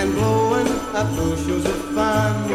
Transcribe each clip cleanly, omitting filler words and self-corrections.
and blowing up bushels of fun.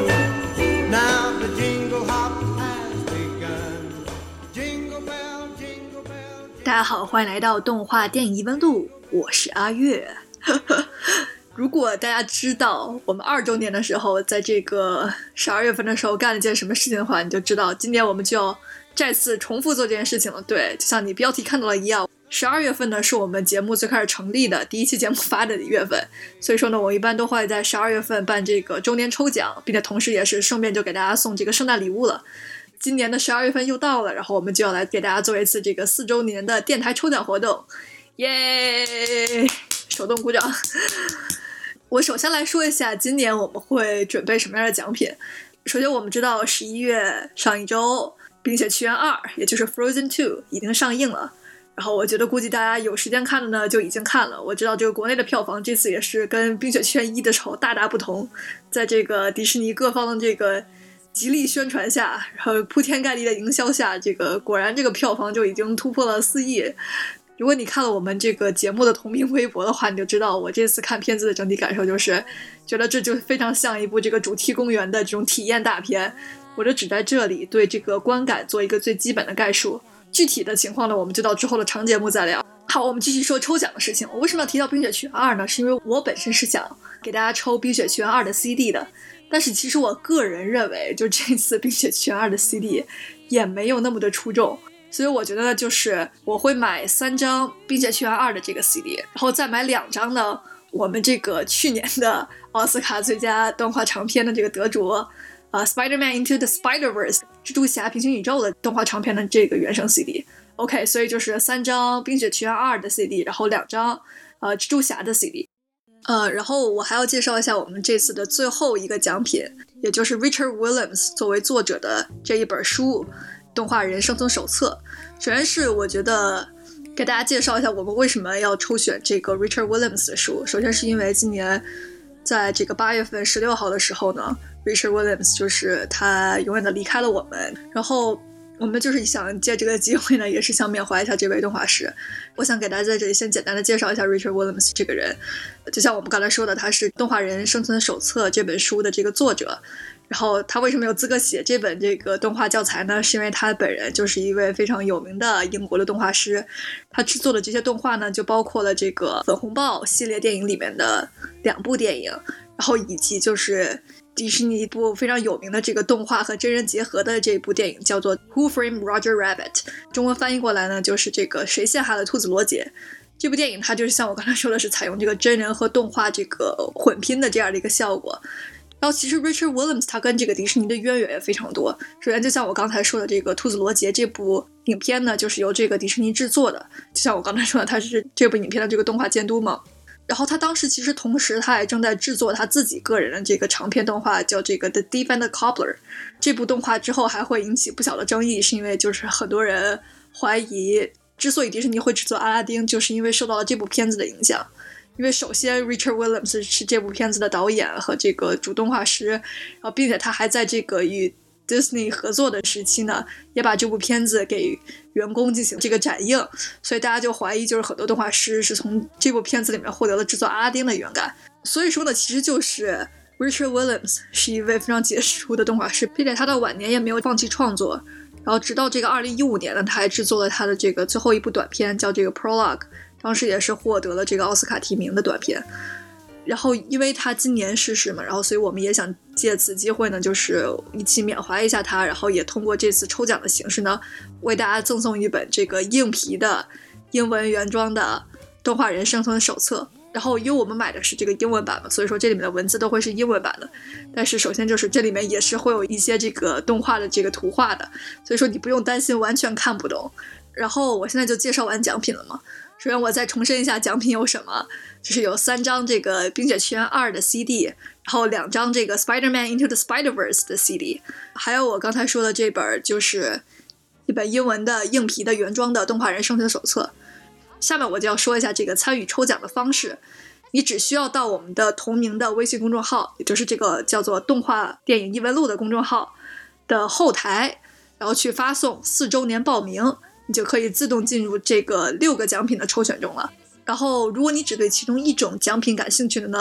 Now the jingle hop has begun. Jingle bell, jingle bell. 大家好，欢迎来到动画电影异闻录，我是阿月。如果大家知道我们2周年的时候，在这个12月份的时候干了件什么事情的话，你就知道今年我们就要再次重复做这件事情了。对，就像你标题看到了一样，12月份呢是我们节目最开始成立的第一期节目发的月份，所以说呢，我一般都会在12月份办这个周年抽奖，并且同时也是顺便就给大家送这个圣诞礼物了。今年的12月份又到了，然后我们就要来给大家做一次这个4周年的电台抽奖活动，耶！手动鼓掌。我首先来说一下今年我们会准备什么样的奖品。首先我们知道11月上一周冰雪奇缘2也就是 Frozen 2已经上映了，然后我觉得估计大家有时间看的呢就已经看了。我知道这个国内的票房这次也是跟冰雪奇缘1的时候大大不同，在这个迪士尼各方的这个极力宣传下，然后铺天盖地的营销下，这个果然这个票房就已经突破了4亿。如果你看了我们这个节目的同名微博的话，你就知道我这次看片子的整体感受就是觉得这就非常像一部这个主题公园的这种体验大片。我就只在这里对这个观感做一个最基本的概述，具体的情况呢我们就到之后的长节目再聊。好，我们继续说抽奖的事情。我为什么要提到冰雪奇缘2呢？是因为我本身是想给大家抽冰雪奇缘2的 CD 的，但是其实我个人认为就这次冰雪奇缘2的 CD 也没有那么的出众，所以我觉得呢，就是我会买3张冰雪奇缘2的这个 CD， 然后再买2张呢我们这个去年的奥斯卡最佳动画长片的这个得主Spider-Man Into the Spider-Verse 蜘蛛侠平行宇宙的动画长片的这个原声 CD。 OK， 所以就是3张冰雪奇缘2的 CD， 然后2张蜘蛛侠的 CD。然后我还要介绍一下我们这次的最后一个奖品，也就是 Richard Williams 作为作者的这一本书动画人生存手册。首先是我觉得给大家介绍一下我们为什么要抽选这个 Richard Williams 的书。首先是因为今年在这个8月份16号的时候呢， Richard Williams 就是他永远的离开了我们，然后我们就是想借这个机会呢，也是想缅怀一下这位动画师。我想给大家在这里先简单的介绍一下 Richard Williams 这个人。就像我们刚才说的，他是动画人生存手册这本书的这个作者。然后他为什么有资格写这本这个动画教材呢？是因为他本人就是一位非常有名的英国的动画师。他制作的这些动画呢，就包括了这个粉红豹系列电影里面的2部电影，然后以及就是迪士尼一部非常有名的这个动画和真人结合的这部电影叫做 Who Framed Roger Rabbit， 中文翻译过来呢就是这个谁陷害了兔子罗杰。这部电影它就是像我刚才说的是采用这个真人和动画这个混拼的这样的一个效果。然后其实 Richard Williams 他跟这个迪士尼的渊源也非常多。首先就像我刚才说的这个兔子罗杰这部影片呢，就是由这个迪士尼制作的，就像我刚才说的他是这部影片的这个动画监督嘛。然后他当时其实同时他也正在制作他自己个人的这个长篇动画叫这个 The Thief and the Cobbler。 这部动画之后还会引起不小的争议，是因为就是很多人怀疑之所以迪士尼会制作阿拉丁，就是因为受到了这部片子的影响。因为首先 Richard Williams 是这部片子的导演和这个主动画师，然后并且他还在这个与 Disney 合作的时期呢，也把这部片子给员工进行这个展映，所以大家就怀疑就是很多动画师是从这部片子里面获得了制作阿拉丁的灵感。所以说呢，其实就是 Richard Williams 是一位非常杰出的动画师，并且他到晚年也没有放弃创作。然后直到这个2015年呢，他还制作了他的这个最后一部短片叫这个 Prologue， 当时也是获得了这个奥斯卡提名的短片。然后因为他今年逝世嘛，然后所以我们也想借此机会呢，就是一起缅怀一下他，然后也通过这次抽奖的形式呢，为大家赠送一本这个硬皮的英文原装的动画人生存手册。然后因为我们买的是这个英文版嘛，所以说这里面的文字都会是英文版的，但是首先就是这里面也是会有一些这个动画的这个图画的，所以说你不用担心完全看不懂。然后我现在就介绍完奖品了嘛。首先我再重申一下奖品有什么，就是有3张这个冰雪奇缘2的 CD， 然后2张这个 Spider-Man Into the Spider-Verse 的 CD， 还有我刚才说的这本就是一本英文的硬皮的原装的动画人生存手册。下面我就要说一下这个参与抽奖的方式。你只需要到我们的同名的微信公众号，也就是这个叫做动画电影异闻录的公众号的后台，然后去发送4周年报名，你就可以自动进入这个6个奖品的抽选中了。然后如果你只对其中一种奖品感兴趣的呢，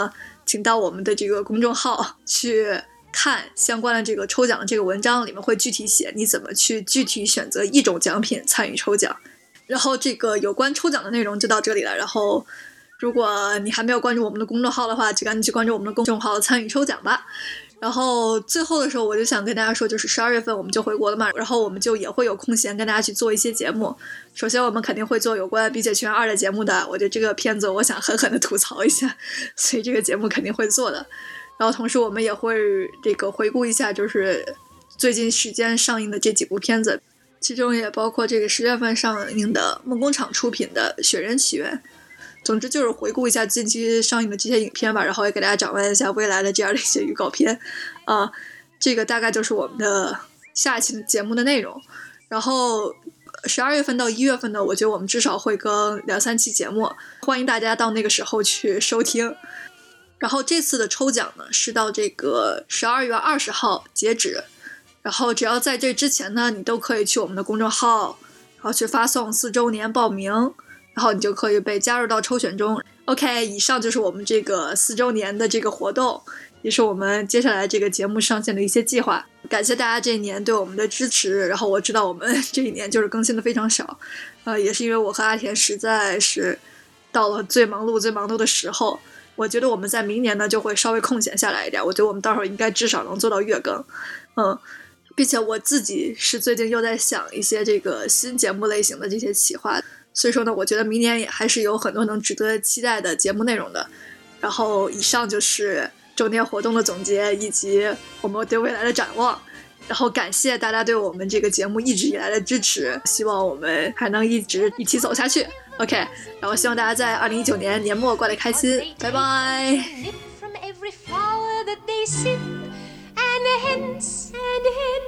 请到我们的这个公众号去看相关的这个抽奖的这个文章，里面会具体写你怎么去具体选择一种奖品参与抽奖。然后这个有关抽奖的内容就到这里了，然后如果你还没有关注我们的公众号的话，就赶紧去关注我们的公众号参与抽奖吧。然后最后的时候我就想跟大家说，就是12月份我们就回国了嘛，然后我们就也会有空闲跟大家去做一些节目。首先我们肯定会做有关《碧血拳2》的节目的，我觉得这个片子我想狠狠的吐槽一下，所以这个节目肯定会做的。然后同时我们也会这个回顾一下就是最近时间上映的这几部片子，其中也包括这个10月份上映的梦工厂出品的《雪人起源》。总之就是回顾一下近期上映的这些影片吧，然后也给大家展望一下未来的这样的一些预告片这个大概就是我们的下一期的节目的内容。然后12月份到1月份呢，我觉得我们至少会更2-3期节目，欢迎大家到那个时候去收听。然后这次的抽奖呢是到这个12月20号截止，然后只要在这之前呢，你都可以去我们的公众号，然后去发送4周年报名，然后你就可以被加入到抽选中。 OK， 以上就是我们这个4周年的这个活动，也是我们接下来这个节目上线的一些计划。感谢大家这一年对我们的支持，然后我知道我们这一年就是更新的非常少也是因为我和阿田实在是到了最忙碌的时候。我觉得我们在明年呢就会稍微空闲下来一点，我觉得我们到时候应该至少能做到月更并且我自己是最近又在想一些这个新节目类型的这些企划，所以说呢我觉得明年也还是有很多能值得期待的节目内容的。然后以上就是周年活动的总结以及我们对未来的展望，然后感谢大家对我们这个节目一直以来的支持，希望我们还能一直一起走下去。 OK， 然后希望大家在2019年年末过得开心，拜拜。